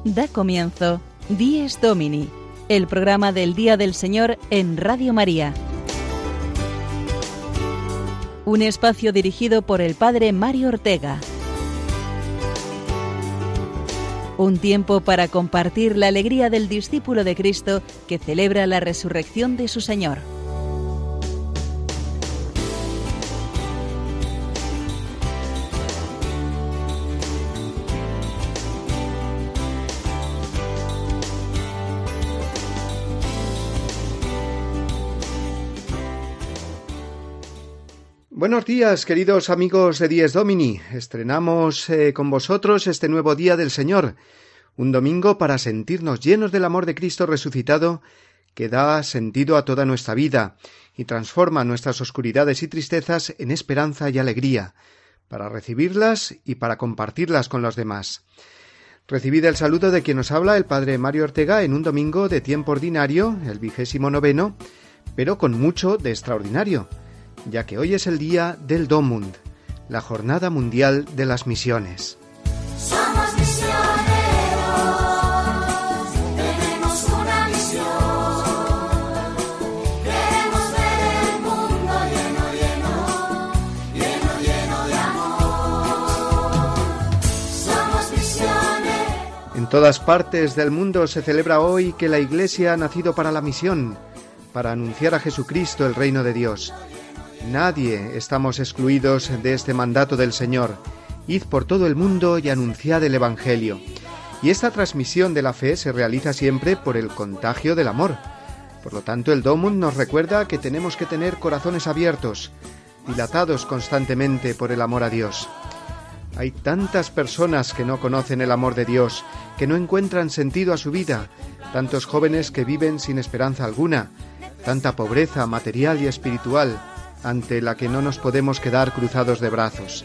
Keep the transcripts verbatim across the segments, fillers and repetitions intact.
Da comienzo Dies Domini, el programa del Día del Señor en Radio María. Un espacio dirigido por el Padre Mario Ortega. Un tiempo para compartir la alegría del discípulo de Cristo que celebra la resurrección de su Señor. Buenos días, queridos amigos de Dies Domini. Estrenamos eh, con vosotros este nuevo Día del Señor, un domingo para sentirnos llenos del amor de Cristo resucitado que da sentido a toda nuestra vida y transforma nuestras oscuridades y tristezas en esperanza y alegría, para recibirlas y para compartirlas con los demás. Recibid el saludo de quien nos habla, el Padre Mario Ortega, en un domingo de tiempo ordinario, el vigésimo noveno, pero con mucho de extraordinario, ya que hoy es el día del Domund, la Jornada Mundial de las Misiones. Somos misioneros, tenemos una misión, queremos ver el mundo lleno, lleno, lleno, lleno de amor. Somos misioneros. En todas partes del mundo se celebra hoy que la Iglesia ha nacido para la misión, para anunciar a Jesucristo el reino de Dios. Nadie estamos excluidos de este mandato del Señor. Id por todo el mundo y anunciad el Evangelio. Y esta transmisión de la fe se realiza siempre por el contagio del amor. Por lo tanto, el Domund nos recuerda que tenemos que tener corazones abiertos, dilatados constantemente por el amor a Dios. Hay tantas personas que no conocen el amor de Dios, que no encuentran sentido a su vida, tantos jóvenes que viven sin esperanza alguna, tanta pobreza material y espiritual, ante la que no nos podemos quedar cruzados de brazos.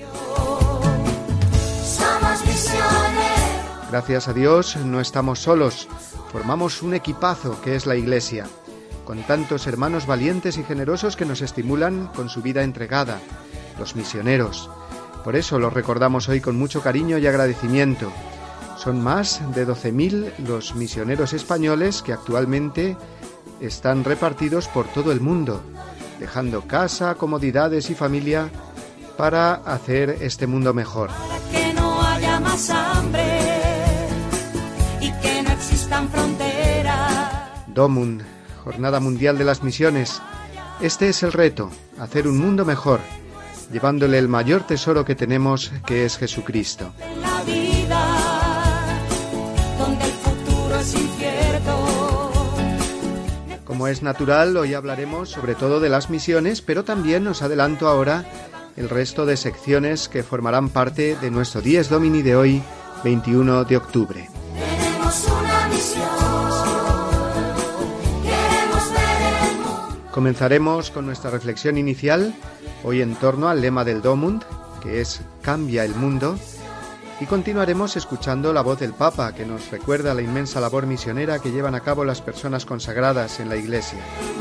Somos misioneros. Gracias a Dios no estamos solos, formamos un equipazo que es la Iglesia, con tantos hermanos valientes y generosos que nos estimulan con su vida entregada, los misioneros. Por eso los recordamos hoy con mucho cariño y agradecimiento. Son más de doce mil los misioneros españoles que actualmente están repartidos por todo el mundo, dejando casa, comodidades y familia para hacer este mundo mejor. Para que no haya más hambre y que no existan fronteras. Domund, Jornada Mundial de las Misiones. Este es el reto, hacer un mundo mejor, llevándole el mayor tesoro que tenemos, que es Jesucristo. En la vida, donde el futuro es incierto. Como es natural, hoy hablaremos sobre todo de las misiones, pero también os adelanto ahora el resto de secciones que formarán parte de nuestro Dies Domini de hoy, veintiuno de octubre. Tenemos una misión, queremos ver el mundo. Comenzaremos con nuestra reflexión inicial, hoy en torno al lema del Domund, que es Cambia el mundo, y continuaremos escuchando la voz del Papa, que nos recuerda la inmensa labor misionera que llevan a cabo las personas consagradas en la Iglesia.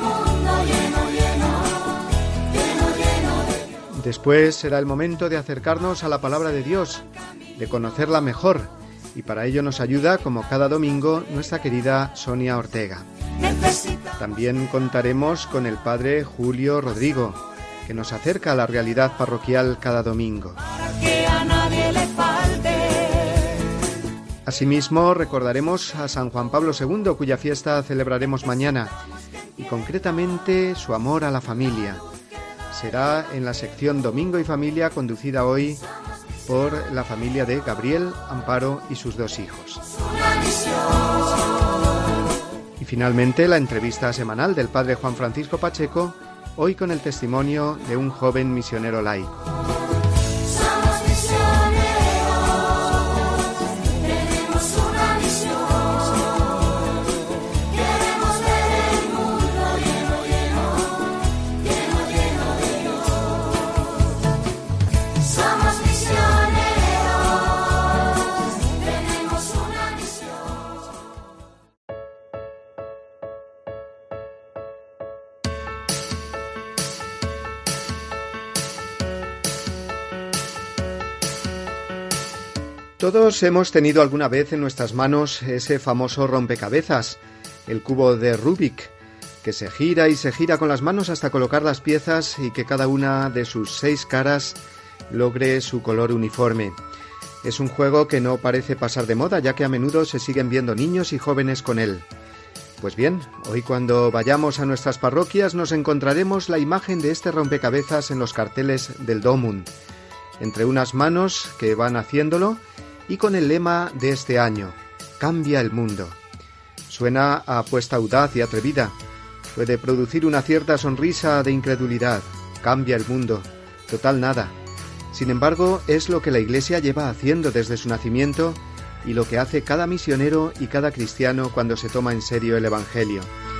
Después será el momento de acercarnos a la palabra de Dios, de conocerla mejor, y para ello nos ayuda, como cada domingo, nuestra querida Sonia Ortega. También contaremos con el Padre Julio Rodrigo, que nos acerca a la realidad parroquial cada domingo. Que a nadie le falte. Asimismo, recordaremos a San Juan Pablo segundo, cuya fiesta celebraremos mañana, y concretamente su amor a la familia. Será en la sección Domingo y Familia, conducida hoy por la familia de Gabriel, Amparo y sus dos hijos. Y finalmente, la entrevista semanal del Padre Juan Francisco Pacheco, hoy con el testimonio de un joven misionero laico. Todos hemos tenido alguna vez en nuestras manos ese famoso rompecabezas, el cubo de Rubik, que se gira y se gira con las manos hasta colocar las piezas y que cada una de sus seis caras logre su color uniforme. Es un juego que no parece pasar de moda, ya que a menudo se siguen viendo niños y jóvenes con él. Pues bien, hoy cuando vayamos a nuestras parroquias nos encontraremos la imagen de este rompecabezas en los carteles del Domund, entre unas manos que van haciéndolo y con el lema de este año, Cambia el mundo. Suena a apuesta audaz y atrevida. Puede producir una cierta sonrisa de incredulidad. Cambia el mundo. Total nada. Sin embargo, es lo que la Iglesia lleva haciendo desde su nacimiento y lo que hace cada misionero y cada cristiano cuando se toma en serio el Evangelio.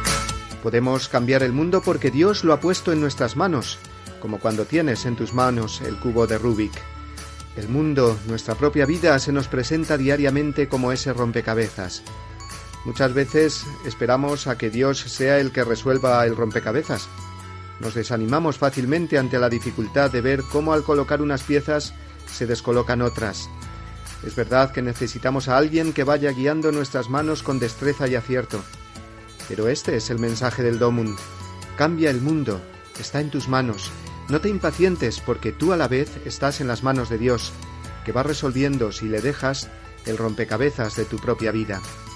Podemos cambiar el mundo porque Dios lo ha puesto en nuestras manos, como cuando tienes en tus manos el cubo de Rubik. El mundo, nuestra propia vida, se nos presenta diariamente como ese rompecabezas. Muchas veces esperamos a que Dios sea el que resuelva el rompecabezas. Nos desanimamos fácilmente ante la dificultad de ver cómo al colocar unas piezas se descolocan otras. Es verdad que necesitamos a alguien que vaya guiando nuestras manos con destreza y acierto. Pero este es el mensaje del Domund. Cambia el mundo, está en tus manos. No te impacientes porque tú a la vez estás en las manos de Dios, que va resolviendo, si le dejas, el rompecabezas de tu propia vida.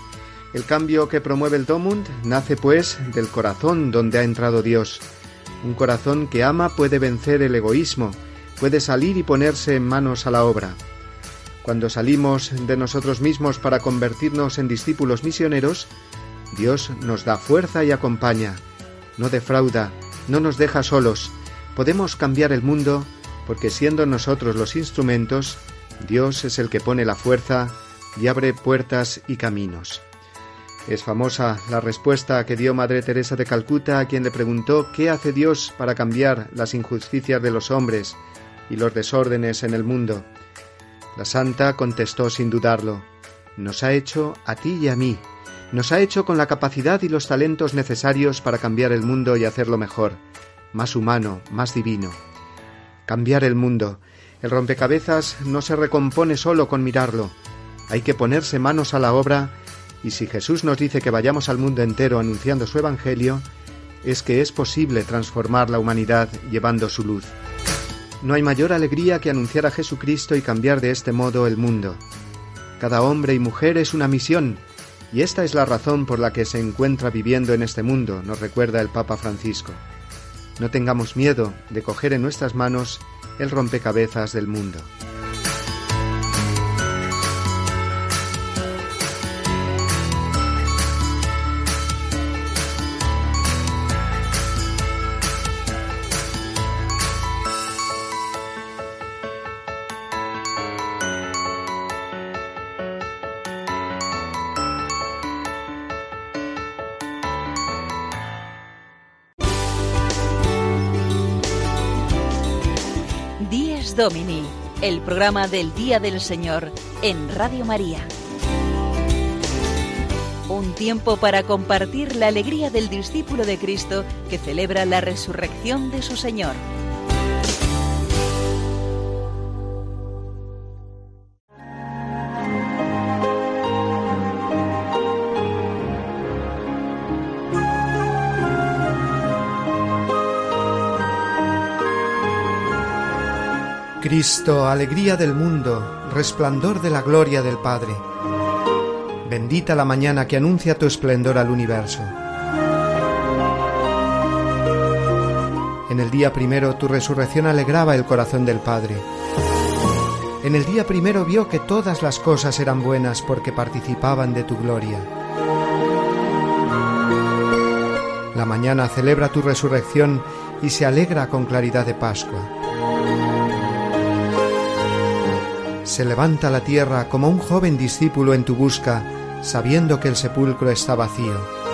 El cambio que promueve el Domund nace pues del corazón donde ha entrado Dios. Un corazón que ama puede vencer el egoísmo, puede salir y ponerse en manos a la obra. Cuando salimos de nosotros mismos para convertirnos en discípulos misioneros, Dios nos da fuerza y acompaña, no defrauda, no nos deja solos. Podemos cambiar el mundo porque siendo nosotros los instrumentos, Dios es el que pone la fuerza y abre puertas y caminos. Es famosa la respuesta que dio Madre Teresa de Calcuta a quien le preguntó qué hace Dios para cambiar las injusticias de los hombres y los desórdenes en el mundo. La santa contestó sin dudarlo: nos ha hecho a ti y a mí, nos ha hecho con la capacidad y los talentos necesarios para cambiar el mundo y hacerlo mejor, más humano, más divino. Cambiar el mundo. El rompecabezas no se recompone solo con mirarlo. Hay que ponerse manos a la obra, y si Jesús nos dice que vayamos al mundo entero anunciando su Evangelio, es que es posible transformar la humanidad llevando su luz. No hay mayor alegría que anunciar a Jesucristo y cambiar de este modo el mundo. Cada hombre y mujer es una misión, y esta es la razón por la que se encuentra viviendo en este mundo, nos recuerda el Papa Francisco. No tengamos miedo de coger en nuestras manos el rompecabezas del mundo. Domini, el programa del Día del Señor en Radio María. Un tiempo para compartir la alegría del discípulo de Cristo que celebra la resurrección de su Señor. Cristo, alegría del mundo, resplandor de la gloria del Padre. Bendita la mañana que anuncia tu esplendor al universo. En el día primero tu resurrección alegraba el corazón del Padre. En el día primero vio que todas las cosas eran buenas porque participaban de tu gloria. La mañana celebra tu resurrección y se alegra con claridad de Pascua. Se levanta la tierra como un joven discípulo en tu busca, sabiendo que el sepulcro está vacío.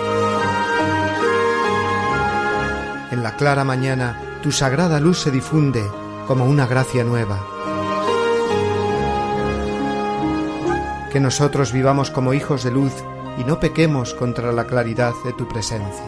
En la clara mañana, tu sagrada luz se difunde como una gracia nueva. Que nosotros vivamos como hijos de luz y no pequemos contra la claridad de tu presencia.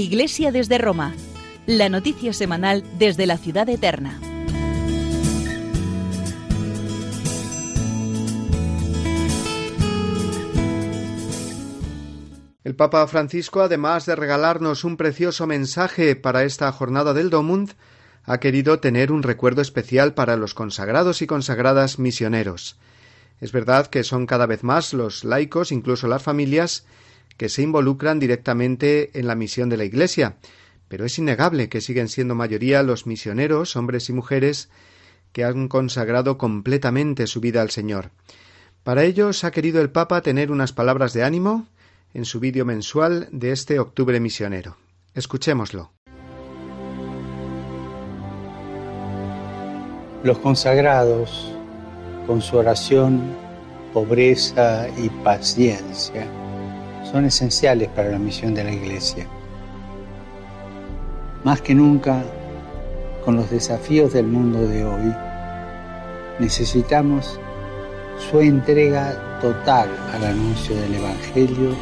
Iglesia desde Roma, la noticia semanal desde la ciudad eterna. El Papa Francisco, además de regalarnos un precioso mensaje para esta jornada del Domund, ha querido tener un recuerdo especial para los consagrados y consagradas misioneros. Es verdad que son cada vez más los laicos, incluso las familias, que se involucran directamente en la misión de la Iglesia, pero es innegable que siguen siendo mayoría los misioneros, hombres y mujeres, que han consagrado completamente su vida al Señor. Para ellos ha querido el Papa tener unas palabras de ánimo en su vídeo mensual de este octubre misionero. Escuchémoslo. Los consagrados, con su oración, pobreza y paciencia, son esenciales para la misión de la Iglesia. Más que nunca, con los desafíos del mundo de hoy, necesitamos su entrega total al anuncio del Evangelio.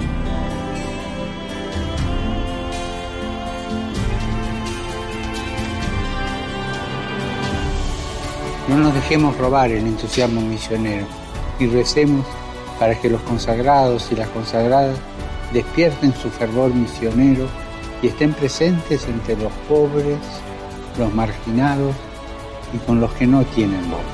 No nos dejemos robar el entusiasmo misionero y recemos para que los consagrados y las consagradas despierten su fervor misionero y estén presentes entre los pobres, los marginados y con los que no tienen voz.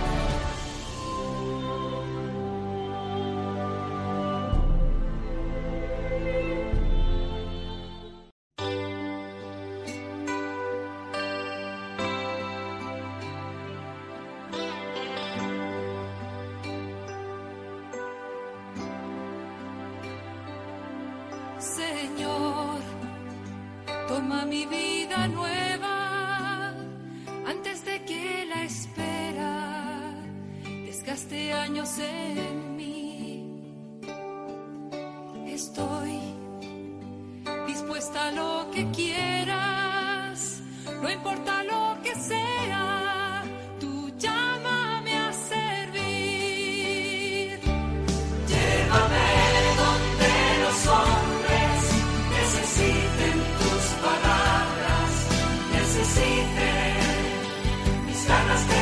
Señor, toma mi vida nueva antes de que la espera desgaste años en mí. Estoy dispuesta a lo que quieras, no importa lo que sea, tú llámame a servir. Llévame donde los hombres necesiten tus palabras, necesiten mis ganas de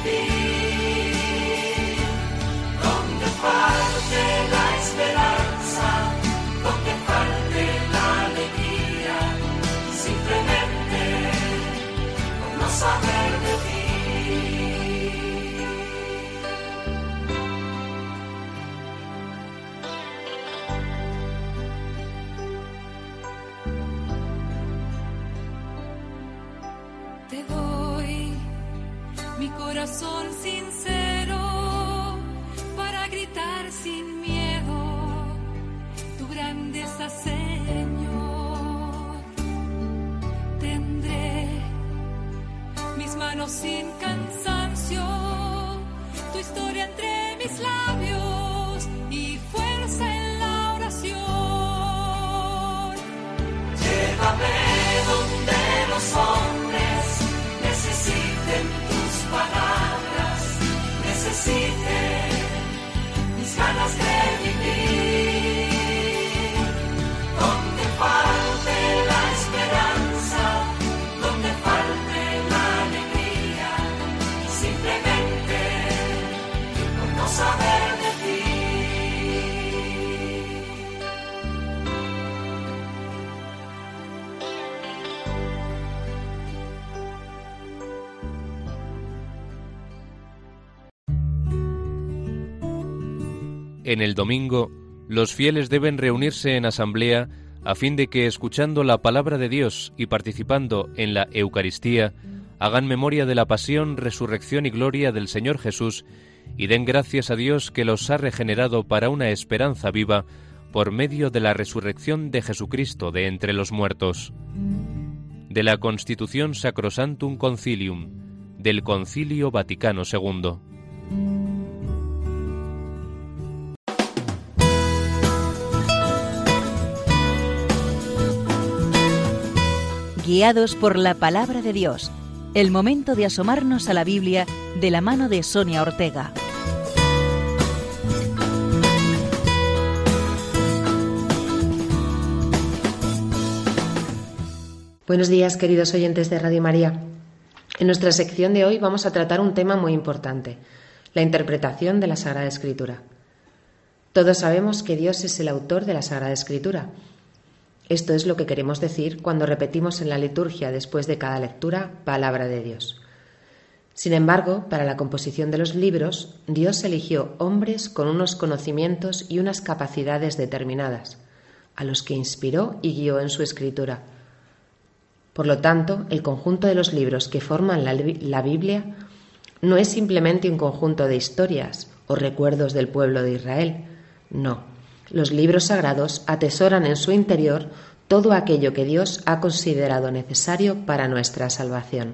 vivir. Donde falte la esperanza, donde falte la alegría, simplemente por no saber de ti. Te doy mi corazón sincero para gritar sin miedo tu grandeza, Señor. Tendré mis manos sin cansancio, tu historia entre mis labios y fuerza en la oración. Llévame donde los hombres necesiten tus palabras, necesiten mis ganas de vivir. Donde falte la esperanza, donde falte la alegría, simplemente por no saber de ti. En el domingo, los fieles deben reunirse en asamblea a fin de que, escuchando la palabra de Dios y participando en la Eucaristía, hagan memoria de la pasión, resurrección y gloria del Señor Jesús y den gracias a Dios que los ha regenerado para una esperanza viva por medio de la resurrección de Jesucristo de entre los muertos. De la Constitución Sacrosanctum Concilium, del Concilio Vaticano segundo. Guiados por la palabra de Dios, el momento de asomarnos a la Biblia de la mano de Sonia Ortega. Buenos días, queridos oyentes de Radio María. En nuestra sección de hoy vamos a tratar un tema muy importante, la interpretación de la Sagrada Escritura. Todos sabemos que Dios es el autor de la Sagrada Escritura. Esto es lo que queremos decir cuando repetimos en la liturgia después de cada lectura palabra de Dios. Sin embargo, para la composición de los libros, Dios eligió hombres con unos conocimientos y unas capacidades determinadas, a los que inspiró y guió en su escritura. Por lo tanto, el conjunto de los libros que forman la, la Biblia no es simplemente un conjunto de historias o recuerdos del pueblo de Israel. No, los libros sagrados atesoran en su interior todo aquello que Dios ha considerado necesario para nuestra salvación.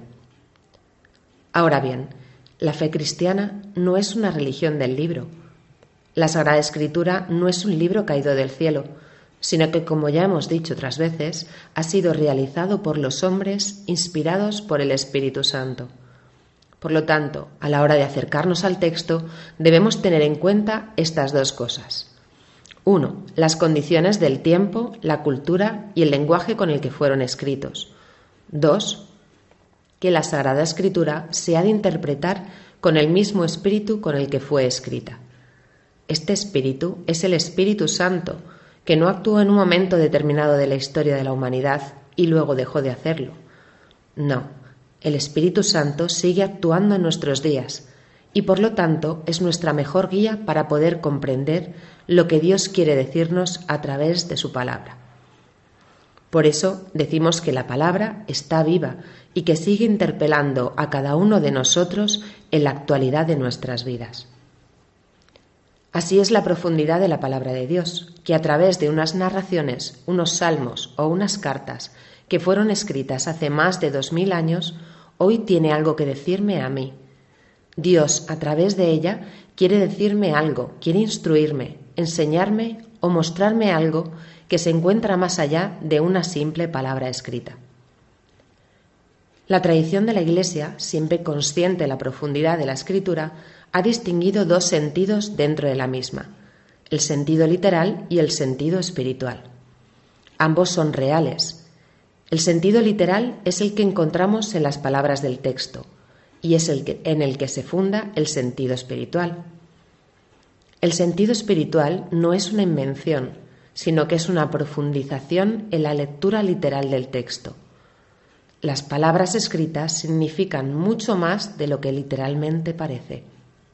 Ahora bien, la fe cristiana no es una religión del libro. La Sagrada Escritura no es un libro caído del cielo, sino que, como ya hemos dicho otras veces, ha sido realizado por los hombres inspirados por el Espíritu Santo. Por lo tanto, a la hora de acercarnos al texto, debemos tener en cuenta estas dos cosas. Uno, las condiciones del tiempo, la cultura y el lenguaje con el que fueron escritos. Dos, que la Sagrada Escritura se ha de interpretar con el mismo espíritu con el que fue escrita. Este espíritu es el Espíritu Santo, que no actuó en un momento determinado de la historia de la humanidad y luego dejó de hacerlo. No, el Espíritu Santo sigue actuando en nuestros días y por lo tanto es nuestra mejor guía para poder comprender lo que Dios quiere decirnos a través de su palabra. Por eso decimos que la palabra está viva y que sigue interpelando a cada uno de nosotros en la actualidad de nuestras vidas. Así es la profundidad de la palabra de Dios, que a través de unas narraciones, unos salmos o unas cartas que fueron escritas hace más de dos mil años, hoy tiene algo que decirme a mí. Dios, a través de ella, quiere decirme algo, quiere instruirme, enseñarme o mostrarme algo que se encuentra más allá de una simple palabra escrita. La tradición de la Iglesia, siempre consciente de la profundidad de la Escritura, ha distinguido dos sentidos dentro de la misma, el sentido literal y el sentido espiritual. Ambos son reales. El sentido literal es el que encontramos en las palabras del texto y es el que, en el que se funda el sentido espiritual. El sentido espiritual no es una invención, sino que es una profundización en la lectura literal del texto. Las palabras escritas significan mucho más de lo que literalmente parece.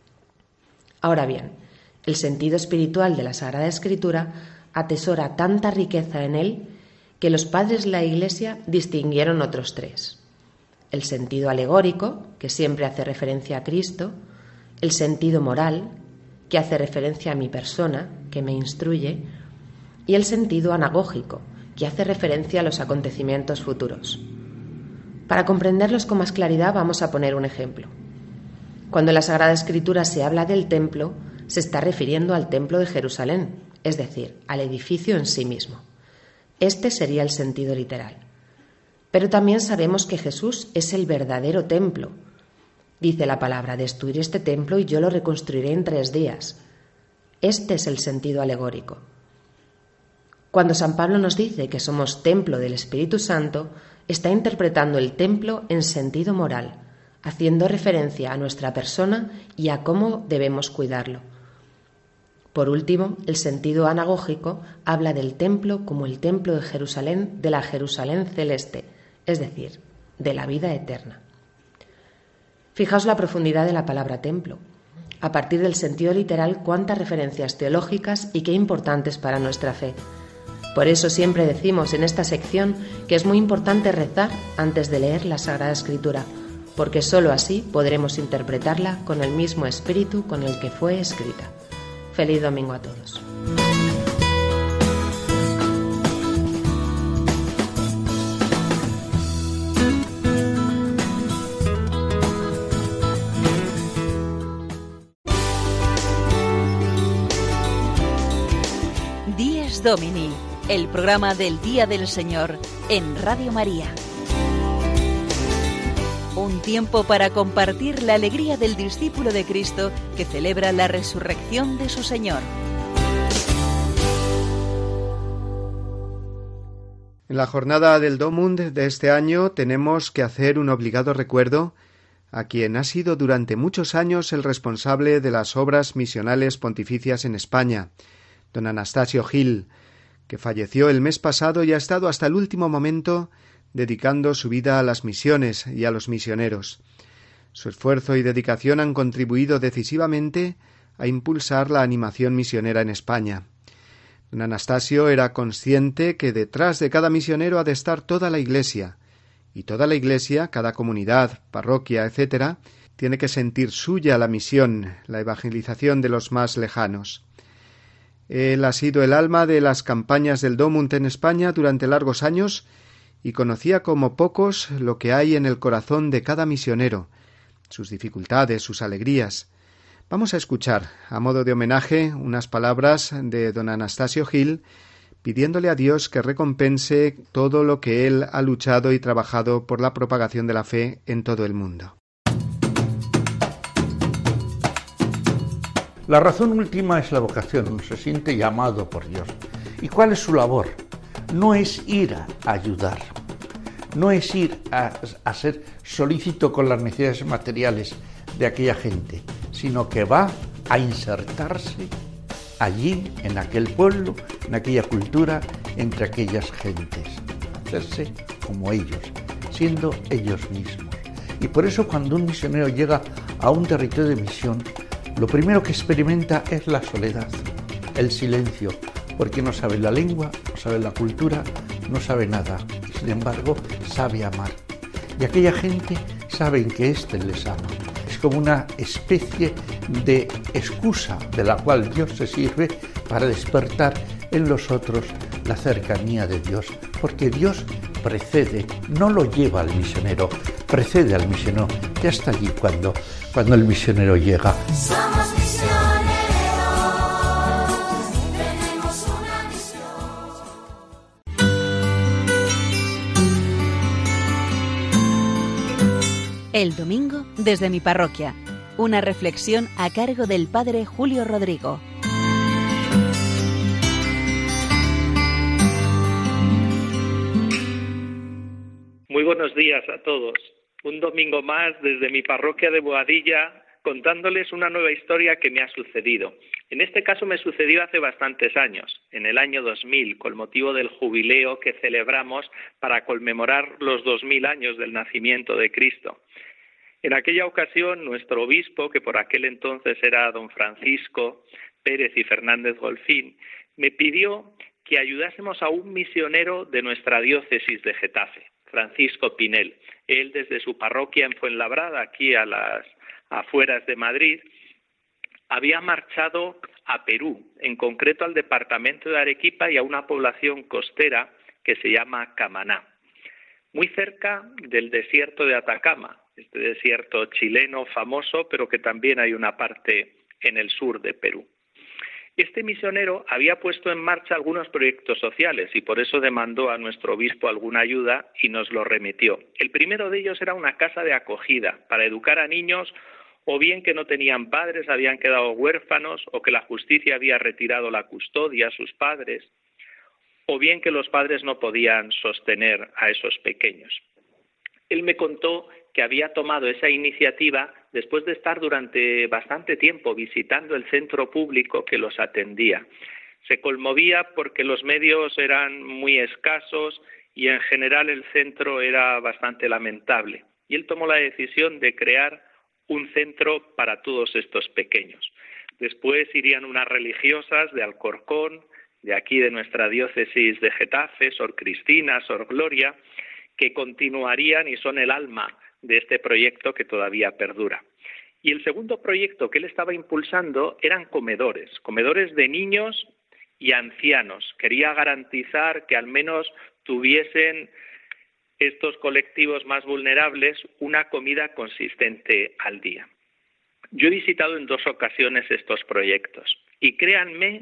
Ahora bien, el sentido espiritual de la Sagrada Escritura atesora tanta riqueza en él que los padres de la Iglesia distinguieron otros tres. El sentido alegórico, que siempre hace referencia a Cristo, el sentido moral, que hace referencia a mi persona, que me instruye, y el sentido anagógico, que hace referencia a los acontecimientos futuros. Para comprenderlos con más claridad vamos a poner un ejemplo. Cuando en la Sagrada Escritura se habla del templo, se está refiriendo al templo de Jerusalén, es decir, al edificio en sí mismo. Este sería el sentido literal. Pero también sabemos que Jesús es el verdadero templo. Dice la palabra: destruiré este templo y yo lo reconstruiré en tres días. Este es el sentido alegórico. Cuando San Pablo nos dice que somos templo del Espíritu Santo, está interpretando el templo en sentido moral, haciendo referencia a nuestra persona y a cómo debemos cuidarlo. Por último, el sentido anagógico habla del templo como el templo de Jerusalén, de la Jerusalén celeste, es decir, de la vida eterna. Fijaos la profundidad de la palabra templo. A partir del sentido literal, cuántas referencias teológicas y qué importantes para nuestra fe. Por eso siempre decimos en esta sección que es muy importante rezar antes de leer la Sagrada Escritura, porque sólo así podremos interpretarla con el mismo espíritu con el que fue escrita. Feliz domingo a todos. Dies Domini, el programa del Día del Señor en Radio María. Un tiempo para compartir la alegría del discípulo de Cristo que celebra la resurrección de su Señor. En la jornada del Domund de este año tenemos que hacer un obligado recuerdo a quien ha sido durante muchos años el responsable de las obras misionales pontificias en España, don Anastasio Gil, que falleció el mes pasado y ha estado hasta el último momento dedicando su vida a las misiones y a los misioneros. Su esfuerzo y dedicación han contribuido decisivamente a impulsar la animación misionera en España. Don Anastasio era consciente que detrás de cada misionero ha de estar toda la Iglesia, y toda la Iglesia, cada comunidad, parroquia, etcétera, tiene que sentir suya la misión, la evangelización de los más lejanos. Él ha sido el alma de las campañas del Domund en España durante largos años y conocía como pocos lo que hay en el corazón de cada misionero, sus dificultades, sus alegrías. Vamos a escuchar, a modo de homenaje, unas palabras de don Anastasio Gil, pidiéndole a Dios que recompense todo lo que él ha luchado y trabajado por la propagación de la fe en todo el mundo. La razón última es la vocación, uno se siente llamado por Dios. ¿Y cuál es su labor? No es ir a ayudar, no es ir a, a ser solícito con las necesidades materiales de aquella gente, sino que va a insertarse allí, en aquel pueblo, en aquella cultura, entre aquellas gentes, hacerse como ellos, siendo ellos mismos. Y por eso cuando un misionero llega a un territorio de misión, lo primero que experimenta es la soledad, el silencio, porque no sabe la lengua, no sabe la cultura, no sabe nada, y sin embargo sabe amar. Y aquella gente sabe que éste les ama. Es como una especie de excusa de la cual Dios se sirve para despertar en los otros la cercanía de Dios, porque Dios precede, no lo lleva al misionero, precede al misionero, ya está allí cuando, cuando el misionero llega. Somos misioneros, tenemos una misión. El domingo desde mi parroquia. Una reflexión a cargo del padre Julio Rodrigo. Muy buenos días a todos. Un domingo más desde mi parroquia de Boadilla, contándoles una nueva historia que me ha sucedido. En este caso me sucedió hace bastantes años, en el año dos mil, con motivo del jubileo que celebramos para conmemorar los dos mil años del nacimiento de Cristo. En aquella ocasión, nuestro obispo, que por aquel entonces era don Francisco Pérez y Fernández Golfín, me pidió que ayudásemos a un misionero de nuestra diócesis de Getafe, Francisco Pinel. Él, desde su parroquia en Fuenlabrada, aquí a las afueras de Madrid, había marchado a Perú, en concreto al departamento de Arequipa y a una población costera que se llama Camaná, muy cerca del desierto de Atacama, este desierto chileno famoso, pero que también hay una parte en el sur de Perú. Este misionero había puesto en marcha algunos proyectos sociales y por eso demandó a nuestro obispo alguna ayuda y nos lo remitió. El primero de ellos era una casa de acogida para educar a niños o bien que no tenían padres, habían quedado huérfanos o que la justicia había retirado la custodia a sus padres, o bien que los padres no podían sostener a esos pequeños. Él me contó que había tomado esa iniciativa después de estar durante bastante tiempo visitando el centro público que los atendía. Se conmovía porque los medios eran muy escasos y en general el centro era bastante lamentable. Y él tomó la decisión de crear un centro para todos estos pequeños. Después irían unas religiosas de Alcorcón, de aquí de nuestra diócesis de Getafe, Sor Cristina, Sor Gloria, que continuarían y son el alma de este proyecto que todavía perdura. Y el segundo proyecto que él estaba impulsando eran comedores, comedores de niños y ancianos. Quería garantizar que al menos tuviesen estos colectivos más vulnerables una comida consistente al día. Yo he visitado en dos ocasiones estos proyectos y créanme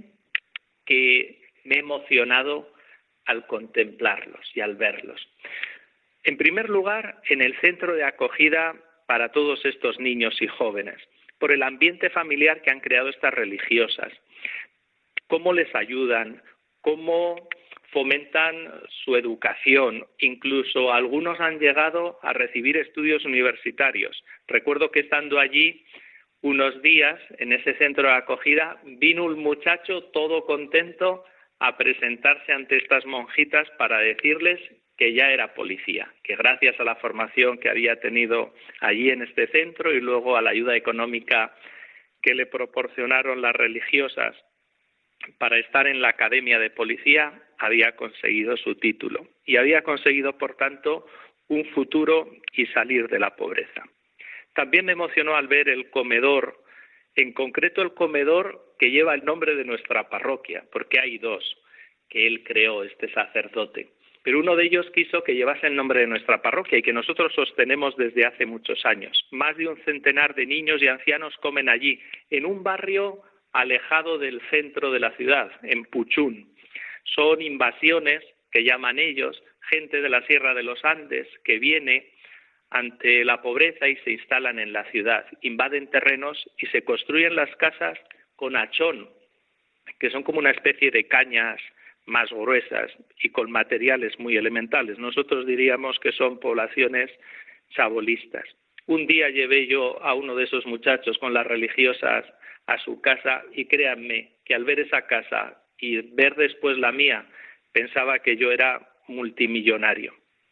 que me he emocionado al contemplarlos y al verlos. En primer lugar, en el centro de acogida para todos estos niños y jóvenes, por el ambiente familiar que han creado estas religiosas, cómo les ayudan, cómo fomentan su educación, incluso algunos han llegado a recibir estudios universitarios. Recuerdo que estando allí unos días en ese centro de acogida, vino un muchacho todo contento a presentarse ante estas monjitas para decirles que ya era policía, que gracias a la formación que había tenido allí en este centro y luego a la ayuda económica que le proporcionaron las religiosas para estar en la academia de policía, había conseguido su título y había conseguido, por tanto, un futuro y salir de la pobreza. También me emocionó al ver el comedor, en concreto el comedor que lleva el nombre de nuestra parroquia, porque hay dos que él creó, este sacerdote. Pero uno de ellos quiso que llevase el nombre de nuestra parroquia y que nosotros sostenemos desde hace muchos años. Más de un centenar de niños y ancianos comen allí, en un barrio alejado del centro de la ciudad, en Puchún. Son invasiones, que llaman ellos, gente de la Sierra de los Andes que viene ante la pobreza y se instalan en la ciudad, invaden terrenos y se construyen las casas con hachón, que son como una especie de cañas más gruesas y con materiales muy elementales. Nosotros diríamos que son poblaciones chabolistas. Un día llevé yo a uno de esos muchachos con las religiosas a su casa y créanme que al ver esa casa y ver después la mía, pensaba que yo era multimillonario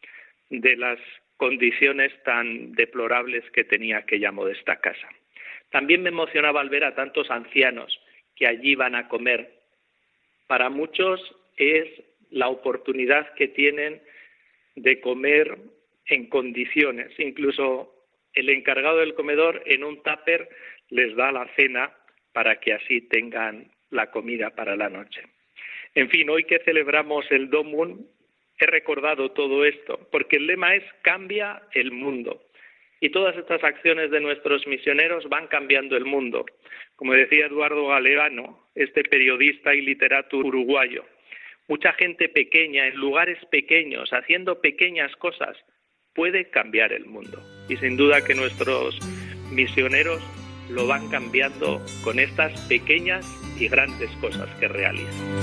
de las condiciones tan deplorables que tenía aquella modesta casa. También me emocionaba al ver a tantos ancianos que allí van a comer. Para muchos es la oportunidad que tienen de comer en condiciones. Incluso el encargado del comedor en un tupper les da la cena para que así tengan la comida para la noche. En fin, hoy que celebramos el Domum, he recordado todo esto, porque el lema es cambia el mundo. Y todas estas acciones de nuestros misioneros van cambiando el mundo. Como decía Eduardo Galeano, este periodista y literato uruguayo, mucha gente pequeña, en lugares pequeños, haciendo pequeñas cosas, puede cambiar el mundo. Y sin duda que nuestros misioneros lo van cambiando con estas pequeñas y grandes cosas que realizan.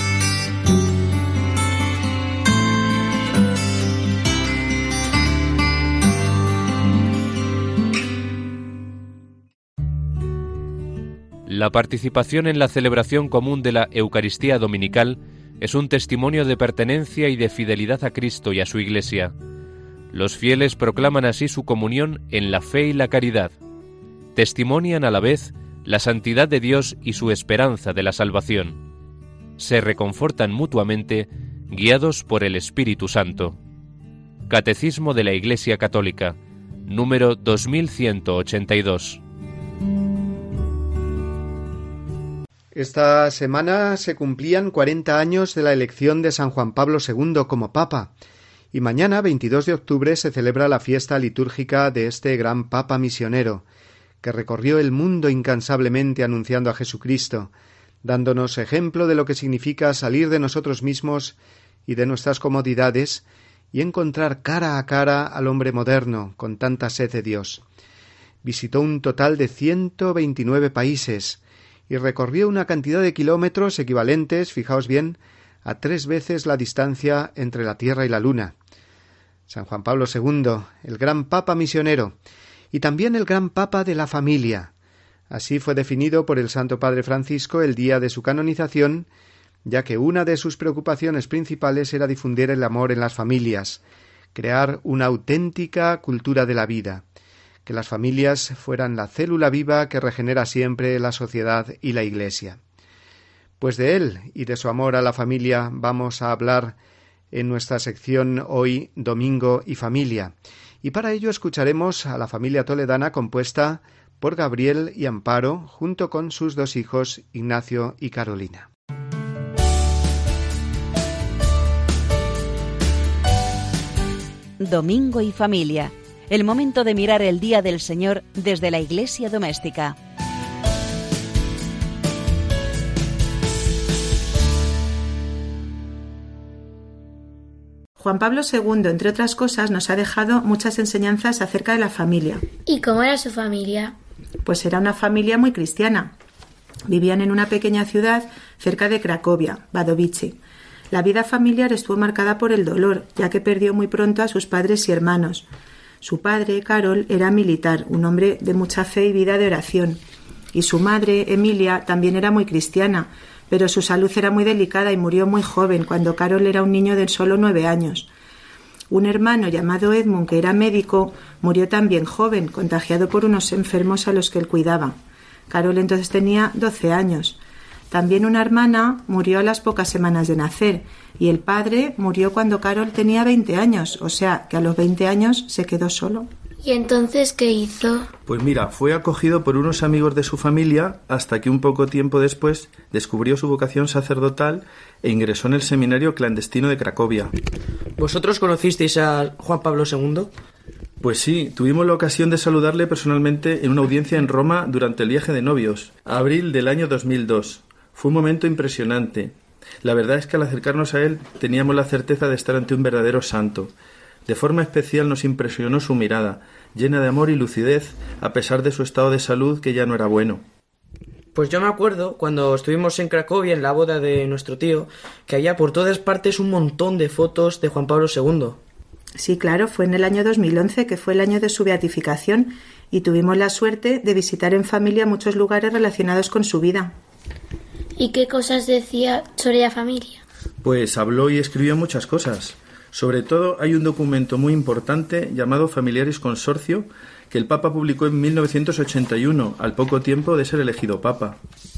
La participación en la celebración común de la Eucaristía Dominical es un testimonio de pertenencia y de fidelidad a Cristo y a su Iglesia. Los fieles proclaman así su comunión en la fe y la caridad. Testimonian a la vez la santidad de Dios y su esperanza de la salvación. Se reconfortan mutuamente, guiados por el Espíritu Santo. Catecismo de la Iglesia Católica, número dos mil ciento ochenta y dos. Esta semana se cumplían cuarenta años de la elección de San Juan Pablo segundo como Papa, y mañana, veintidós de octubre, se celebra la fiesta litúrgica de este gran Papa misionero, que recorrió el mundo incansablemente anunciando a Jesucristo, dándonos ejemplo de lo que significa salir de nosotros mismos y de nuestras comodidades y encontrar cara a cara al hombre moderno con tanta sed de Dios. Visitó un total de ciento veintinueve países y recorrió una cantidad de kilómetros equivalentes, fijaos bien, a tres veces la distancia entre la Tierra y la Luna. San Juan Pablo segundo, el gran Papa misionero, y también el gran Papa de la familia. Así fue definido por el Santo Padre Francisco el día de su canonización, ya que una de sus preocupaciones principales era difundir el amor en las familias, crear una auténtica cultura de la vida, que las familias fueran la célula viva que regenera siempre la sociedad y la Iglesia. Pues de él y de su amor a la familia vamos a hablar en nuestra sección hoy, Domingo y Familia, y para ello escucharemos a la familia toledana compuesta por Gabriel y Amparo, junto con sus dos hijos, Ignacio y Carolina. Domingo y Familia, el momento de mirar el día del Señor desde la Iglesia doméstica. Juan Pablo segundo, entre otras cosas, nos ha dejado muchas enseñanzas acerca de la familia. ¿Y cómo era su familia? Pues era una familia muy cristiana. Vivían en una pequeña ciudad cerca de Cracovia, Wadowice. La vida familiar estuvo marcada por el dolor, ya que perdió muy pronto a sus padres y hermanos. Su padre, Carol, era militar, un hombre de mucha fe y vida de oración. Y su madre, Emilia, también era muy cristiana, pero su salud era muy delicada y murió muy joven, cuando Carol era un niño de solo nueve años. Un hermano llamado Edmund, que era médico, murió también joven, contagiado por unos enfermos a los que él cuidaba. Carol entonces tenía doce años. También una hermana murió a las pocas semanas de nacer y el padre murió cuando Carol tenía veinte años, o sea que a los veinte años se quedó solo. ¿Y entonces qué hizo? Pues mira, fue acogido por unos amigos de su familia hasta que un poco tiempo después descubrió su vocación sacerdotal e ingresó en el seminario clandestino de Cracovia. ¿Vosotros conocisteis a Juan Pablo segundo? Pues sí, tuvimos la ocasión de saludarle personalmente en una audiencia en Roma durante el viaje de novios, abril del año dos mil dos. Fue un momento impresionante. La verdad es que al acercarnos a él teníamos la certeza de estar ante un verdadero santo. De forma especial nos impresionó su mirada, llena de amor y lucidez, a pesar de su estado de salud que ya no era bueno. Pues yo me acuerdo, cuando estuvimos en Cracovia en la boda de nuestro tío, que había por todas partes un montón de fotos de Juan Pablo segundo. Sí, claro, fue en el año dos mil once, que fue el año de su beatificación, y tuvimos la suerte de visitar en familia muchos lugares relacionados con su vida. ¿Y qué cosas decía sobre la familia? Pues habló y escribió muchas cosas. Sobre todo hay un documento muy importante llamado Familiaris Consortio que el Papa publicó en mil novecientos ochenta y uno, al poco tiempo de ser elegido Papa.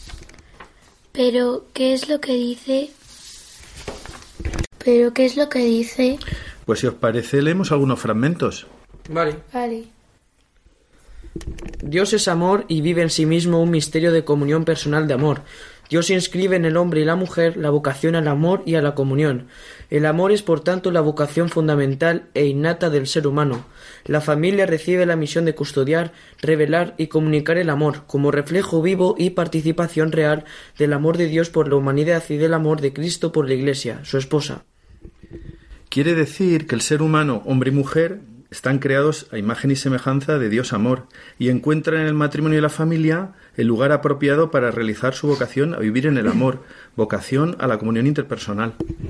Pero, ¿qué es lo que dice? ¿Pero qué es lo que dice? Pues si os parece, leemos algunos fragmentos. Vale. Vale. Dios es amor y vive en sí mismo un misterio de comunión personal de amor. Dios inscribe en el hombre y la mujer la vocación al amor y a la comunión. El amor es, por tanto, la vocación fundamental e innata del ser humano. La familia recibe la misión de custodiar, revelar y comunicar el amor, como reflejo vivo y participación real del amor de Dios por la humanidad y del amor de Cristo por la Iglesia, su esposa. Quiere decir que el ser humano, hombre y mujer, están creados a imagen y semejanza de Dios amor y encuentran en el matrimonio y la familia el lugar apropiado para realizar su vocación a vivir en el amor, vocación a la comunión interpersonal.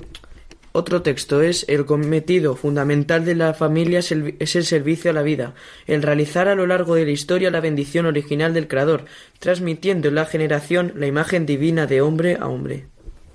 Otro texto es: el cometido fundamental de la familia es el, es el servicio a la vida, el realizar a lo largo de la historia la bendición original del Creador, transmitiendo en la generación la imagen divina de hombre a hombre.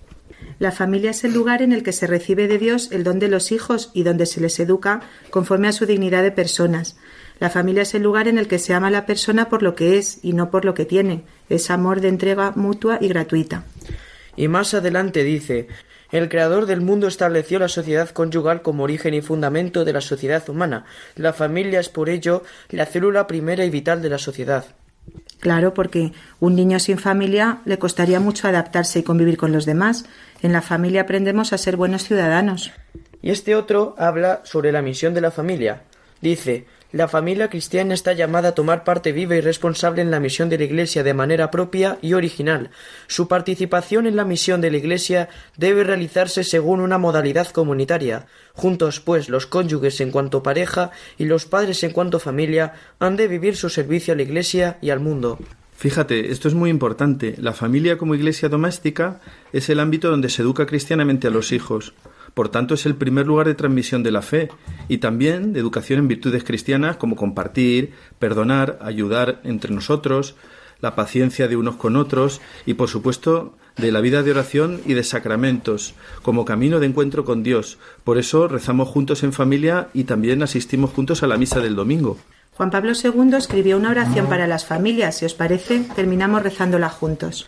La familia es el lugar en el que se recibe de Dios el don de los hijos y donde se les educa conforme a su dignidad de personas. La familia es el lugar en el que se ama a la persona por lo que es y no por lo que tiene. Es amor de entrega mutua y gratuita. Y más adelante dice: el Creador del mundo estableció la sociedad conyugal como origen y fundamento de la sociedad humana. La familia es por ello la célula primera y vital de la sociedad. Claro, porque un niño sin familia le costaría mucho adaptarse y convivir con los demás. En la familia aprendemos a ser buenos ciudadanos. Y este otro habla sobre la misión de la familia. Dice: la familia cristiana está llamada a tomar parte viva y responsable en la misión de la Iglesia de manera propia y original. Su participación en la misión de la Iglesia debe realizarse según una modalidad comunitaria. Juntos, pues, los cónyuges en cuanto pareja y los padres en cuanto familia han de vivir su servicio a la Iglesia y al mundo. Fíjate, esto es muy importante. La familia como iglesia doméstica es el ámbito donde se educa cristianamente a los hijos. Por tanto, es el primer lugar de transmisión de la fe y también de educación en virtudes cristianas como compartir, perdonar, ayudar entre nosotros, la paciencia de unos con otros y, por supuesto, de la vida de oración y de sacramentos como camino de encuentro con Dios. Por eso rezamos juntos en familia y también asistimos juntos a la misa del domingo. Juan Pablo segundo escribió una oración para las familias. Si os parece, terminamos rezándola juntos.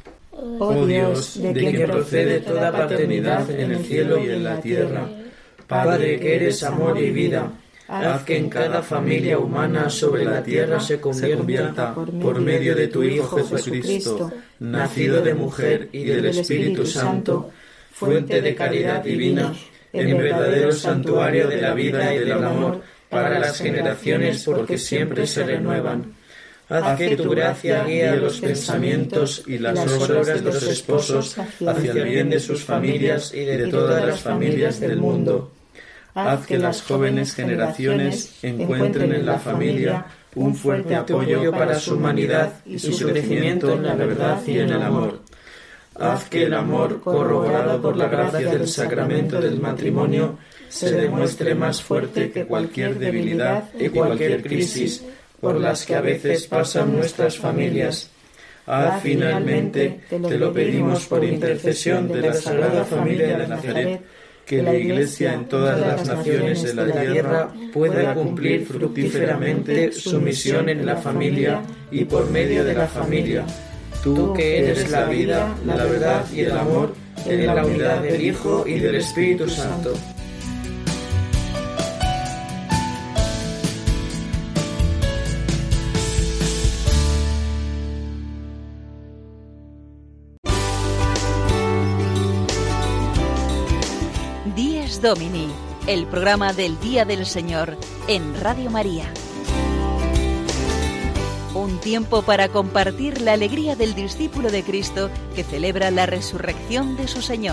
Oh Dios, de quien procede toda paternidad en el cielo y en la tierra, Padre que eres amor y vida, haz que en cada familia humana sobre la tierra se convierta, por medio de tu Hijo Jesucristo, nacido de mujer y del Espíritu Santo, fuente de caridad divina, en verdadero santuario de la vida y del amor, para las generaciones porque siempre se renuevan. Haz que tu gracia guíe los pensamientos y las obras de los esposos hacia el bien de sus familias y de todas las familias del mundo. Haz que las jóvenes generaciones encuentren en la familia un fuerte apoyo para su humanidad y su crecimiento en la verdad y en el amor. haz que el amor, corroborado por la gracia del sacramento del matrimonio, se demuestre más fuerte que cualquier debilidad y cualquier crisis por las que a veces pasan nuestras familias. Haz finalmente, te lo pedimos por intercesión de la Sagrada Familia de Nazaret, que la Iglesia en todas las naciones de la tierra pueda cumplir fructíferamente su misión en la familia y por medio de la familia. Tú que eres la vida, la verdad y el amor, en la unidad del Hijo y del Espíritu Santo. Dies Domini, el programa del Día del Señor en Radio María. Un tiempo para compartir la alegría del discípulo de Cristo que celebra la resurrección de su Señor.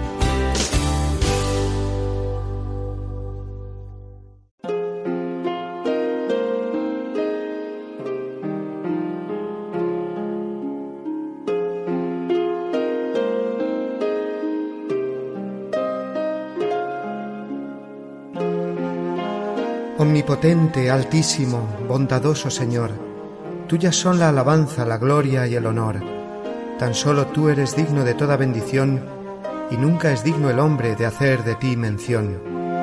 Omnipotente, altísimo, bondadoso Señor, tuyas son la alabanza, la gloria y el honor. Tan solo tú eres digno de toda bendición, y nunca es digno el hombre de hacer de ti mención.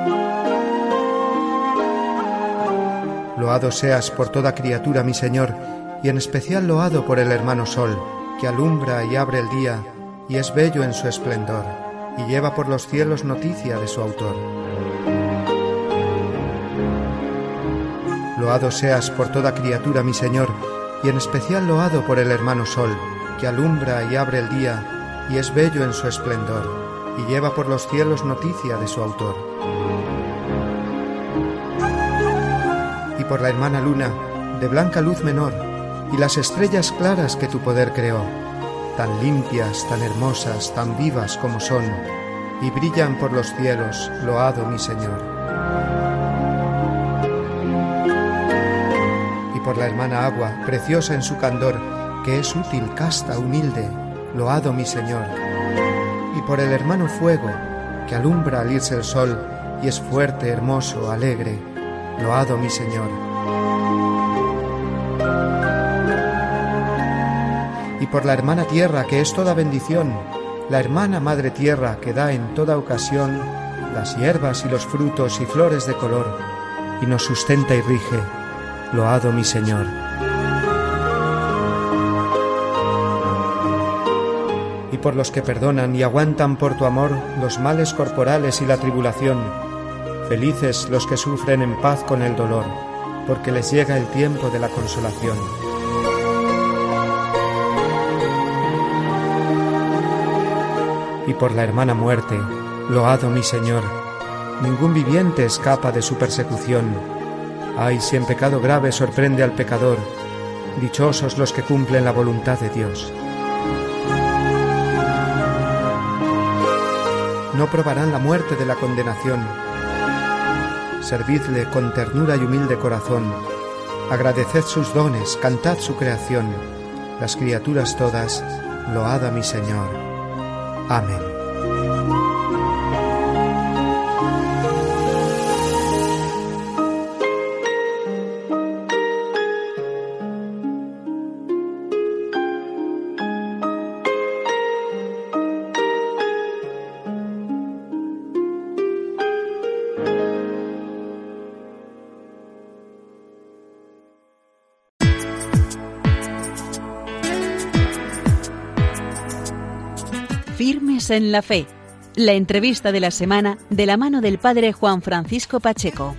Loado seas por toda criatura, mi Señor, y en especial loado por el hermano Sol, que alumbra y abre el día, y es bello en su esplendor, y lleva por los cielos noticia de su autor. Loado seas por toda criatura, mi Señor, y en especial loado por el hermano Sol, que alumbra y abre el día, y es bello en su esplendor, y lleva por los cielos noticia de su autor. Y por la hermana Luna, de blanca luz menor, y las estrellas claras que tu poder creó, tan limpias, tan hermosas, tan vivas como son, y brillan por los cielos, loado mi Señor. Por la hermana agua, preciosa en su candor, que es útil, casta, humilde, loado mi Señor. Y por el hermano fuego, que alumbra al irse el sol, y es fuerte, hermoso, alegre, loado mi Señor. Y por la hermana tierra, que es toda bendición, la hermana madre tierra, que da en toda ocasión las hierbas y los frutos y flores de color, y nos sustenta y rige, loado mi Señor. Y por los que perdonan y aguantan por tu amor los males corporales y la tribulación, felices los que sufren en paz con el dolor, porque les llega el tiempo de la consolación. Y por la hermana muerte, loado mi Señor, ningún viviente escapa de su persecución. Ay, si en pecado grave sorprende al pecador, dichosos los que cumplen la voluntad de Dios. No probarán la muerte de la condenación. Servidle con ternura y humilde corazón. Agradeced sus dones, cantad su creación. Las criaturas todas, load a mi Señor. Amén. Firmes en la fe. La entrevista de la semana de la mano del padre Juan Francisco Pacheco.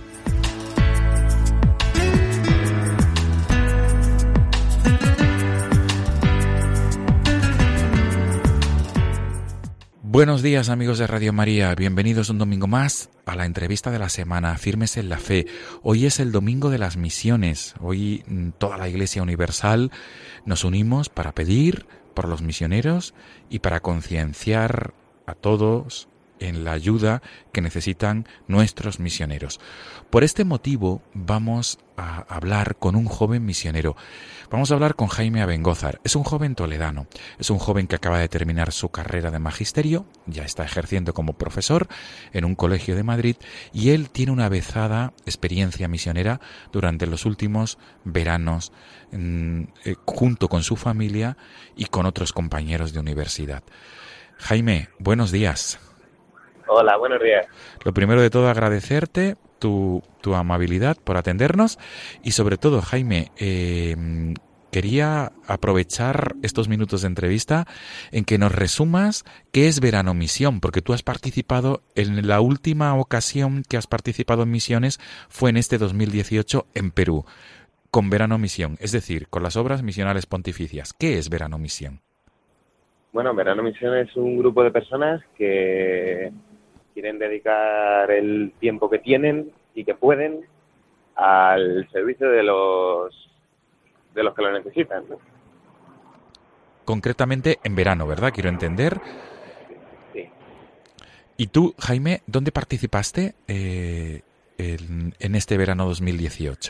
Buenos días, amigos de Radio María, bienvenidos un domingo más a la entrevista de la semana, Firmes en la Fe. Hoy es el Domingo de las Misiones, hoy toda la Iglesia Universal nos unimos para pedir por los misioneros y para concienciar a todos en la ayuda que necesitan nuestros misioneros. Por este motivo vamos a hablar con un joven misionero. Vamos a hablar con Jaime Abengózar. Es un joven toledano, es un joven que acaba de terminar su carrera de magisterio, ya está ejerciendo como profesor en un colegio de Madrid y él tiene una avezada experiencia misionera durante los últimos veranos mm, eh, junto con su familia y con otros compañeros de universidad. Jaime, buenos días. Hola, buenos días. Lo primero de todo, agradecerte tu, tu amabilidad por atendernos y sobre todo, Jaime, eh, quería aprovechar estos minutos de entrevista en que nos resumas qué es Verano Misión, porque tú has participado, en la última ocasión que has participado en misiones fue en este dos mil dieciocho en Perú, con Verano Misión, es decir, con las obras misionales pontificias. ¿Qué es Verano Misión? Bueno, Verano Misión es un grupo de personas que quieren dedicar el tiempo que tienen y que pueden al servicio de los de los que lo necesitan, ¿no? Concretamente en verano, ¿verdad? Quiero entender. Sí. ¿Y tú, Jaime, dónde participaste eh, en, en este verano dos mil dieciocho?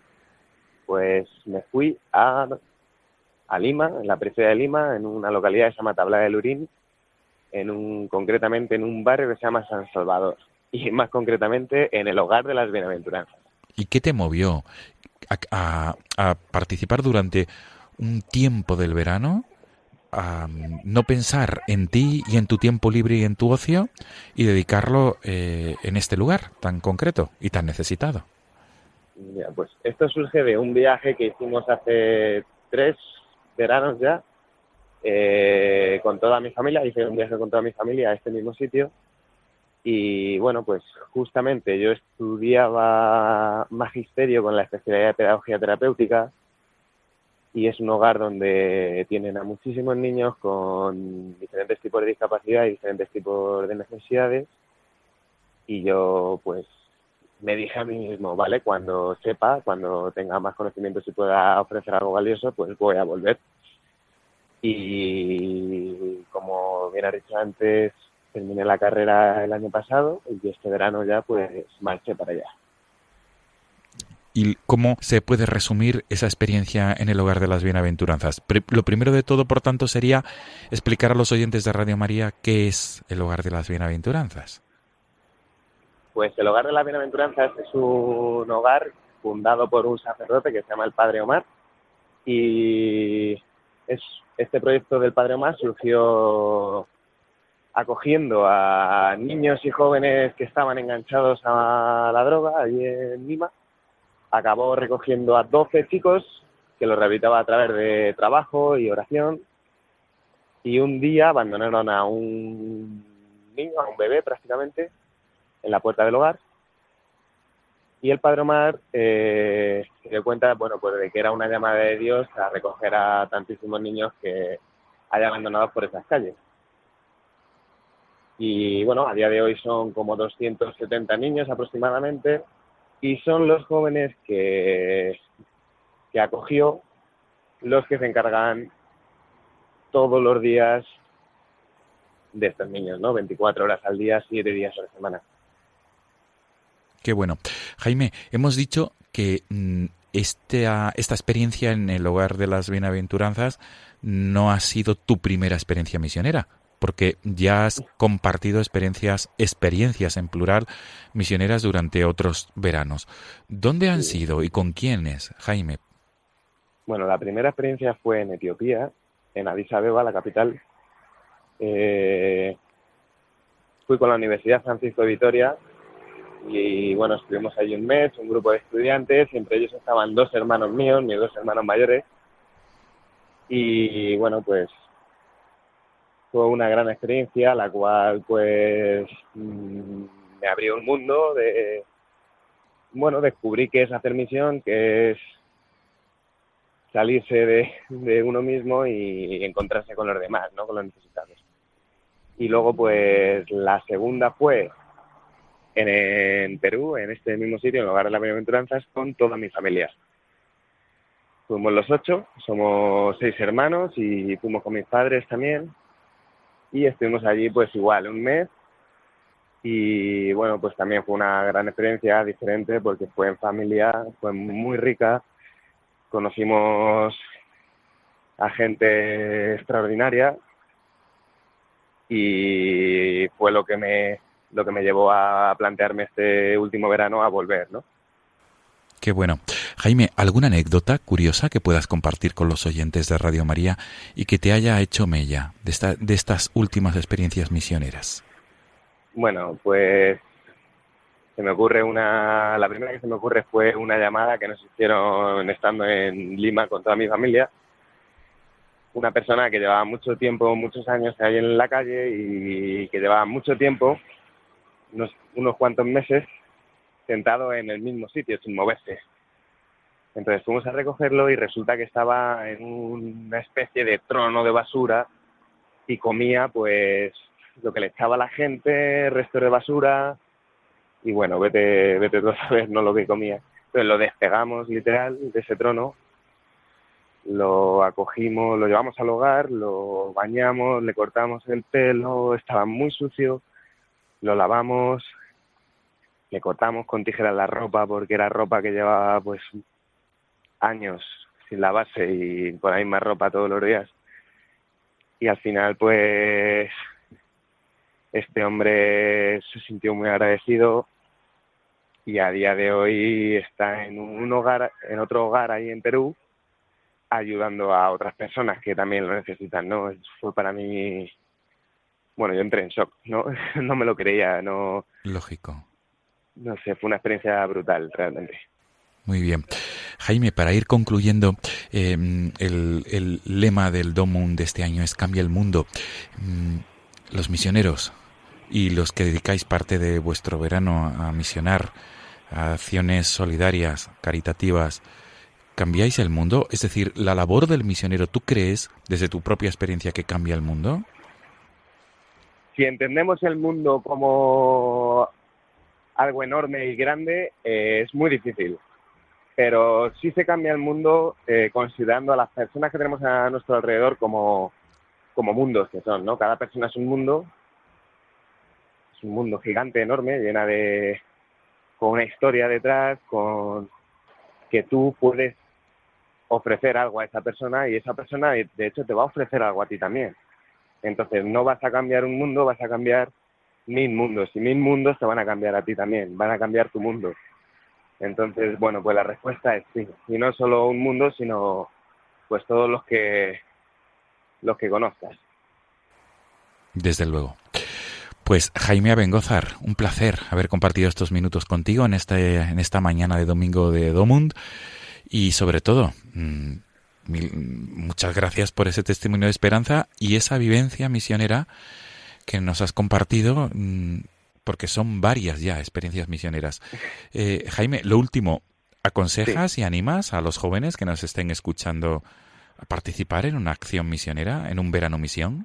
Pues me fui a, a Lima, en la periferia de Lima, en una localidad que se llama Tablada del Urín, en un, concretamente en un barrio que se llama San Salvador, y más concretamente en el Hogar de las Bienaventuranzas. ¿Y qué te movió a, a, a participar durante un tiempo del verano, a no pensar en ti y en tu tiempo libre y en tu ocio y dedicarlo eh, en este lugar tan concreto y tan necesitado? Mira, pues esto surge de un viaje que hicimos hace tres veranos ya, Eh, con toda mi familia. Hice un viaje con toda mi familia a este mismo sitio y bueno, pues justamente yo estudiaba magisterio con la especialidad de pedagogía terapéutica y es un hogar donde tienen a muchísimos niños con diferentes tipos de discapacidad y diferentes tipos de necesidades y yo pues me dije a mí mismo, vale, cuando sepa, cuando tenga más conocimientos y pueda ofrecer algo valioso, pues voy a volver. Y como bien has dicho antes, terminé la carrera el año pasado y este verano ya pues marché para allá. ¿Y cómo se puede resumir esa experiencia en el Hogar de las Bienaventuranzas? Lo primero de todo, por tanto, sería explicar a los oyentes de Radio María qué es el Hogar de las Bienaventuranzas. Pues el Hogar de las Bienaventuranzas es un hogar fundado por un sacerdote que se llama el Padre Omar y es este proyecto del Padre Omar surgió acogiendo a niños y jóvenes que estaban enganchados a la droga allí en Lima. Acabó recogiendo a doce chicos que los rehabilitaba a través de trabajo y oración. Y un día abandonaron a un niño, a un bebé prácticamente, en la puerta del hogar. Y el Padre Omar eh, se dio cuenta, bueno, pues de que era una llamada de Dios a recoger a tantísimos niños que haya abandonados por esas calles. Y bueno, a día de hoy son como doscientos setenta niños aproximadamente y son los jóvenes que, que acogió los que se encargan todos los días de estos niños, ¿no? veinticuatro horas al día, siete días a la semana. Qué bueno. Jaime, hemos dicho que mmm, esta, esta experiencia en el Hogar de las Bienaventuranzas no ha sido tu primera experiencia misionera, porque ya has compartido experiencias, experiencias en plural, misioneras durante otros veranos. ¿Dónde han Sí. sido y con quiénes, Jaime? Bueno, la primera experiencia fue en Etiopía, en Addis Abeba, la capital. Eh, fui con la Universidad Francisco de Vitoria y bueno, estuvimos allí un mes, un grupo de estudiantes, y entre ellos estaban dos hermanos míos, mis dos hermanos mayores, y bueno, pues fue una gran experiencia, la cual pues mmm, me abrió un mundo de, bueno, descubrí qué es hacer misión, qué es salirse de, de uno mismo y encontrarse con los demás, ¿no? Con los necesitados. Y luego pues la segunda fue En, en Perú, en este mismo sitio, en el Hogar de las Bienaventuranzas, con toda mi familia. Fuimos los ocho, somos seis hermanos y fuimos con mis padres también. Y estuvimos allí pues igual un mes Y bueno, pues también fue una gran experiencia, diferente, porque fue en familia, fue muy rica. Conocimos a gente extraordinaria y fue lo que me lo que me llevó a plantearme este último verano a volver, ¿no? Qué bueno. Jaime, ¿alguna anécdota curiosa que puedas compartir con los oyentes de Radio María y que te haya hecho mella de, esta, de estas últimas experiencias misioneras? Bueno, pues se me ocurre una... La primera que se me ocurre fue una llamada que nos hicieron estando en Lima con toda mi familia. Una persona que llevaba mucho tiempo, muchos años ahí en la calle y que llevaba mucho tiempo, unos, unos cuantos meses, sentado en el mismo sitio, sin moverse. Entonces fuimos a recogerlo y resulta que estaba en una especie de trono de basura y comía, pues, lo que le echaba a la gente, restos de basura, y bueno, vete, vete tú a saber, ¿no?, lo que comía. Entonces lo despegamos, literal, de ese trono, lo acogimos, lo llevamos al hogar, lo bañamos, le cortamos el pelo, estaba muy sucio, lo lavamos, le cortamos con tijeras la ropa porque era ropa que llevaba pues años sin lavarse y por ahí más ropa todos los días. Y al final pues este hombre se sintió muy agradecido y a día de hoy está en un hogar, en otro hogar ahí en Perú, ayudando a otras personas que también lo necesitan, ¿no? Fue para mí, bueno, yo entré en shock, ¿no? No me lo creía, no... Lógico. No sé, fue una experiencia brutal, realmente. Muy bien. Jaime, para ir concluyendo, eh, el, el lema del Domum de este año es Cambia el mundo. Los misioneros y los que dedicáis parte de vuestro verano a misionar, a acciones solidarias, caritativas, ¿cambiáis el mundo? Es decir, la labor del misionero, ¿tú crees, desde tu propia experiencia, que cambia el mundo? Si entendemos el mundo como algo enorme y grande, eh, es muy difícil. Pero sí se cambia el mundo eh, considerando a las personas que tenemos a nuestro alrededor como, como mundos que son, ¿no? Cada persona es un mundo, es un mundo gigante, enorme, llena de... con una historia detrás, con que tú puedes ofrecer algo a esa persona y esa persona, de hecho, te va a ofrecer algo a ti también. Entonces, no vas a cambiar un mundo, vas a cambiar mil mundos. Y mil mundos te van a cambiar a ti también, van a cambiar tu mundo. Entonces, bueno, pues la respuesta es sí. Y no solo un mundo, sino pues todos los que los que conozcas. Desde luego. Pues Jaime Abengózar, un placer haber compartido estos minutos contigo en este en esta mañana de domingo de Domund y sobre todo mmm, mil, muchas gracias por ese testimonio de esperanza y esa vivencia misionera que nos has compartido, mmm, porque son varias ya experiencias misioneras. Eh, Jaime, lo último, ¿aconsejas sí. y animas a los jóvenes que nos estén escuchando a participar en una acción misionera, en un verano misión?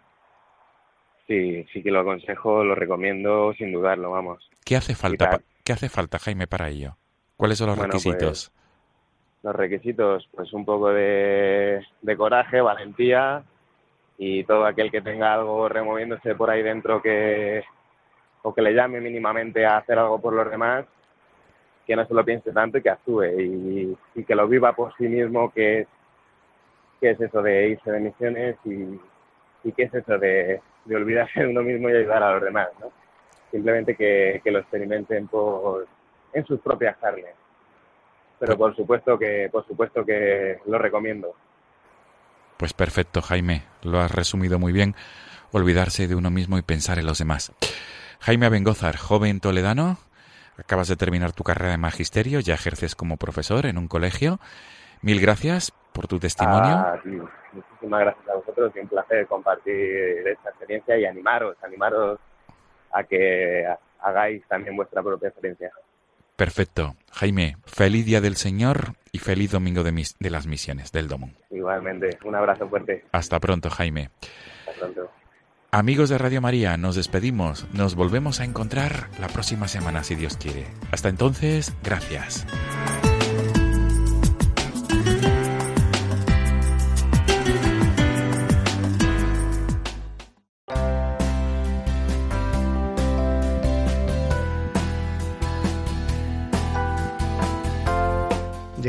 Sí, sí que lo aconsejo, lo recomiendo sin dudarlo, vamos. ¿Qué hace falta, pa- ¿qué hace falta, Jaime, para ello? ¿Cuáles son los bueno, requisitos? Pues, los requisitos, pues un poco de, de coraje, valentía y todo aquel que tenga algo removiéndose por ahí dentro que o que le llame mínimamente a hacer algo por los demás, que no se lo piense tanto y que actúe y, y que lo viva por sí mismo, que es, que es eso de irse de misiones y, y que es eso de... de olvidarse de uno mismo y ayudar a los demás, ¿no? Simplemente que, que lo experimenten por, en sus propias carnes. Pero por supuesto que por supuesto que lo recomiendo. Pues perfecto, Jaime, lo has resumido muy bien. Olvidarse de uno mismo y pensar en los demás. Jaime Abengózar, joven toledano, acabas de terminar tu carrera de magisterio, ya ejerces como profesor en un colegio. Mil gracias por tu testimonio. Ah, sí. Muchísimas gracias a vosotros y un placer compartir esta experiencia y animaros, animaros a que hagáis también vuestra propia experiencia. Perfecto. Jaime, feliz Día del Señor y feliz Domingo de, mis, de las Misiones del Domum. Igualmente, un abrazo fuerte. Hasta pronto, Jaime. Hasta pronto. Amigos de Radio María, nos despedimos. Nos volvemos a encontrar la próxima semana, si Dios quiere. Hasta entonces, gracias.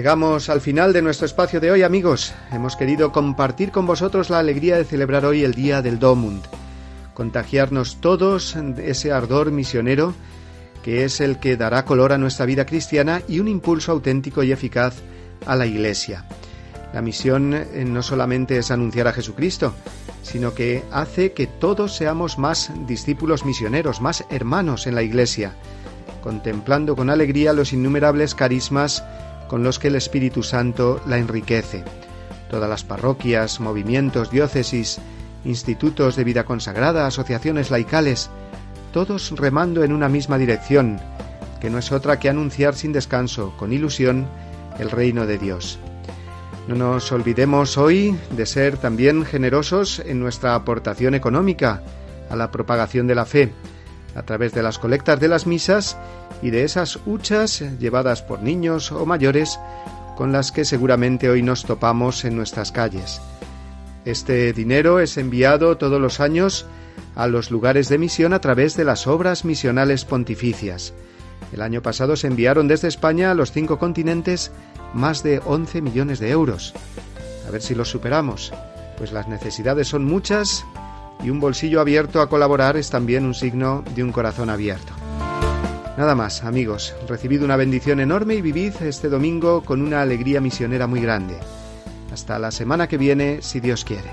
Llegamos al final de nuestro espacio de hoy, amigos. Hemos querido compartir con vosotros la alegría de celebrar hoy el Día del Domund, contagiarnos todos de ese ardor misionero que es el que dará color a nuestra vida cristiana y un impulso auténtico y eficaz a la Iglesia. La misión eh, no solamente es anunciar a Jesucristo, sino que hace que todos seamos más discípulos misioneros, más hermanos en la Iglesia, contemplando con alegría los innumerables carismas con los que el Espíritu Santo la enriquece. Todas las parroquias, movimientos, diócesis, institutos de vida consagrada, asociaciones laicales, todos remando en una misma dirección, que no es otra que anunciar sin descanso, con ilusión, el reino de Dios. No nos olvidemos hoy de ser también generosos en nuestra aportación económica a la propagación de la fe, a través de las colectas de las misas y de esas huchas llevadas por niños o mayores con las que seguramente hoy nos topamos en nuestras calles. Este dinero es enviado todos los años a los lugares de misión a través de las obras misionales pontificias. El año pasado se enviaron desde España a los cinco continentes más de once millones de euros. A ver si los superamos, pues las necesidades son muchas y un bolsillo abierto a colaborar es también un signo de un corazón abierto. Nada más, amigos, recibid una bendición enorme y vivid este domingo con una alegría misionera muy grande. Hasta la semana que viene, si Dios quiere.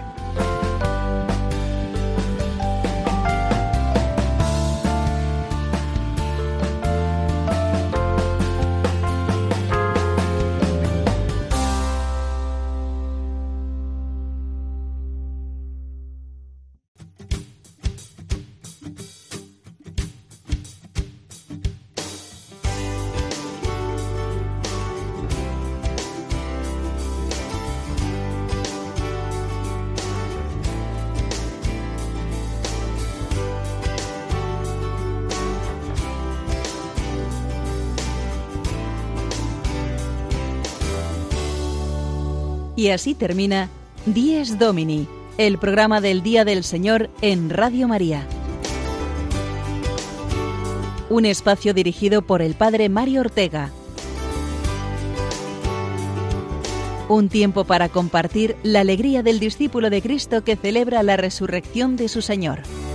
Y así termina Dies Domini, el programa del Día del Señor en Radio María. Un espacio dirigido por el Padre Mario Ortega. Un tiempo para compartir la alegría del discípulo de Cristo que celebra la resurrección de su Señor.